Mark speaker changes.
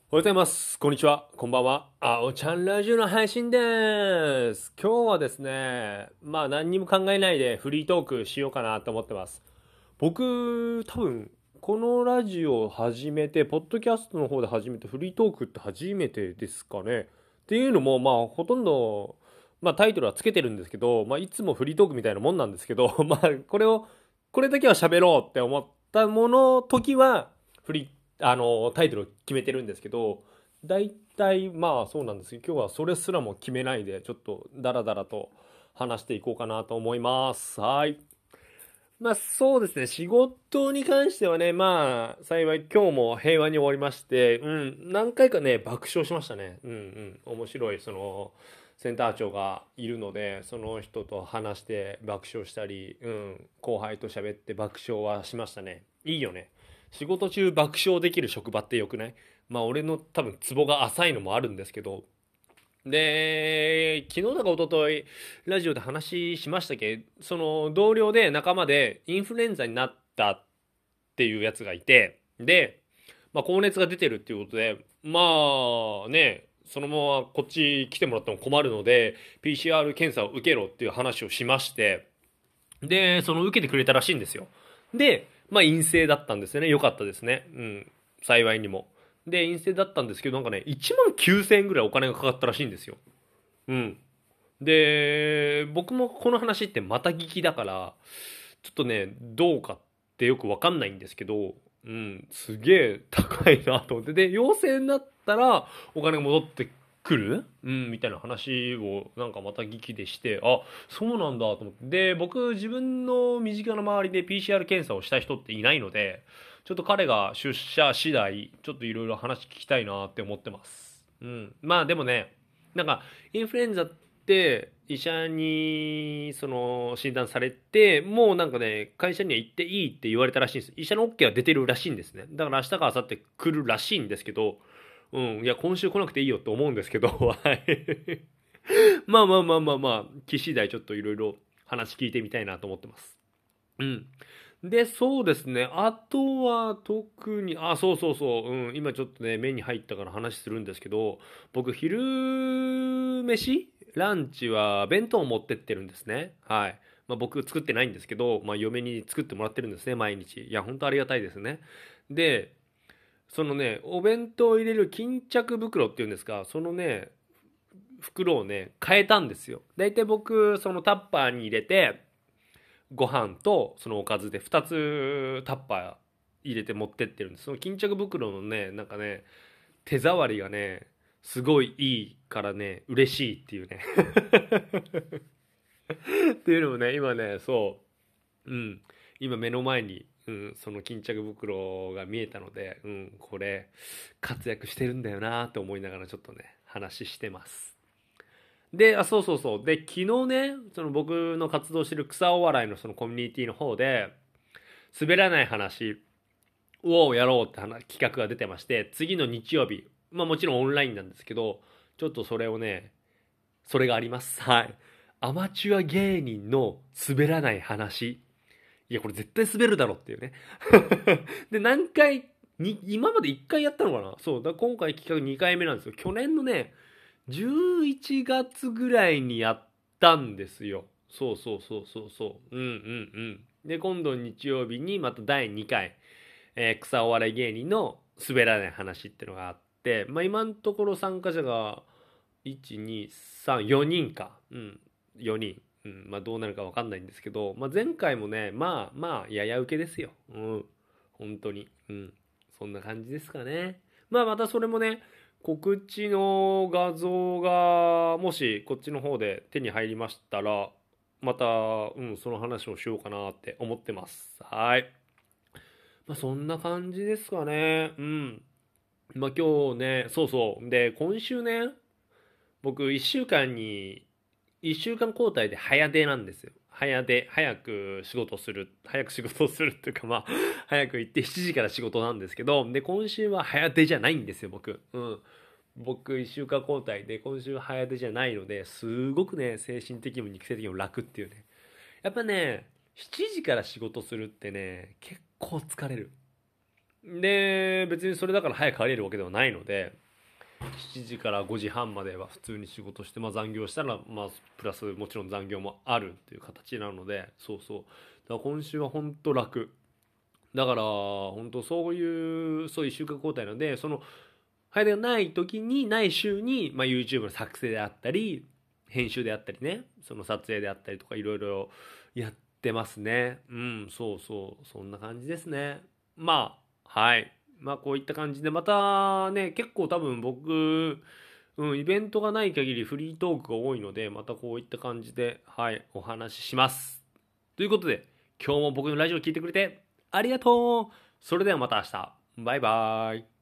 Speaker 1: おはようございます。こんにちは。こんばんは。あおちゃんラジオの配信です。今日はですね、何にも考えないでフリートークしようかなと思ってます。僕、多分、このラジオを始めて、ポッドキャストの方で始めてフリートークって初めてですかね。っていうのも、ほとんど、タイトルはつけてるんですけど、いつもフリートークみたいなもんなんですけど、これだけは喋ろうって思ったもの、時は、フリータイトルを決めてるんですけど、大体そうなんですけど、今日はそれすらも決めないで、ちょっとダラダラと話していこうかなと思います。はい。そうですね、仕事に関してはね、幸い今日も平和に終わりまして、何回かね、爆笑しましたね。面白い、センター長がいるので、その人と話して爆笑したり、後輩と喋って爆笑はしましたね。いいよね。仕事中爆笑できる職場ってよくない？俺の多分ツボが浅いのもあるんですけど、で、昨日だか一昨日ラジオで話しましたけど、その同僚で仲間でインフルエンザになったっていうやつがいて、で、高熱が出てるっていうことで、そのままこっち来てもらっても困るので、PCR 検査を受けろっていう話をしまして、で、その受けてくれたらしいんですよ。で、陰性だったんですよね。よかったですね。幸いにも。で、陰性だったんですけど、なんかね、1万9000円ぐらいお金がかかったらしいんですよ。うん。で、僕もこの話ってまた聞きだから、ちょっとね、どうかってよくわかんないんですけど、すげえ高いなと思って。で、陽性になったらお金が戻ってくるみたいな話をなんかまた聞きでして、あ、そうなんだと思って。で、僕自分の身近な周りで PCR 検査をした人っていないので、ちょっと彼が出社次第、ちょっといろいろ話聞きたいなって思ってます。でもね、なんか、インフルエンザって医者にその診断されて、もうなんかね、会社には行っていいって言われたらしいんです。医者の OK は出てるらしいんですね。だから明日か明後日来るらしいんですけど、いや、今週来なくていいよって思うんですけど、はい。期次第ちょっといろいろ話聞いてみたいなと思ってます。うん。で、そうですね。あとは特に、そうそうそう。今ちょっとね、目に入ったから話するんですけど、僕、昼飯ランチは弁当を持ってってるんですね。はい。僕作ってないんですけど、嫁に作ってもらってるんですね、毎日。いや、本当ありがたいですね。で、そのね、お弁当を入れる巾着袋っていうんですか、そのね、袋をね、変えたんですよ。だいたい僕、そのタッパーに入れて、ご飯とそのおかずで2つタッパー入れて持ってってるんです。その巾着袋のね、なんかね、手触りがね、すごいいいからね、嬉しいっていうね。っていうのもね、今ね、今目の前に、その巾着袋が見えたので、これ、活躍してるんだよなって思いながらちょっとね、話してます。で、そうそうそう。で、昨日ね、その僕の活動してる草お笑いのそのコミュニティの方で、滑らない話をやろうって企画が出てまして、次の日曜日、もちろんオンラインなんですけど、ちょっとそれをね、それがあります。はい。アマチュア芸人の滑らない話。いや、これ絶対滑るだろっていうね。で、今まで1回やったのかな。そう。だから今回企画2回目なんですよ。去年のね、11月ぐらいにやったんですよ。そうそうそうそうそう。で、今度日曜日にまた第2回、草お笑い芸人の滑らない話っていうのがあって、今のところ参加者が、1、2、3、4人か。4人。どうなるかわかんないんですけど、前回もね、やや受けですよ。本当に。そんな感じですかね。またそれもね、告知の画像が、もしこっちの方で手に入りましたら、また、その話をしようかなって思ってます。はい。そんな感じですかね。今日ね、そうそう。で、今週ね、僕1週間交代で早出なんですよ。早出、早く仕事をするっていうか早く行って7時から仕事なんですけど、で、今週は早出じゃないんですよ、僕。僕、1週間交代で、今週は早出じゃないので、すごくね、精神的にも肉体的にも楽っていうね。やっぱね、7時から仕事するってね、結構疲れる。 で、別にそれだから早く帰れるわけではないので、7時から5時半までは普通に仕事して、残業したら、プラスもちろん残業もあるっていう形なので、そうそう。だから今週は本当楽。だから、本当そういう週間交代なので、早出がない時に、ない週に、YouTube の作成であったり、編集であったりね、その撮影であったりとかいろいろやってますね。うん、そうそう、そんな感じですね。はい。こういった感じで、またね、結構多分僕、イベントがない限りフリートークが多いので、またこういった感じで、はい、お話しします。ということで、今日も僕のラジオを聞いてくれてありがとう。それではまた明日。バイバイ。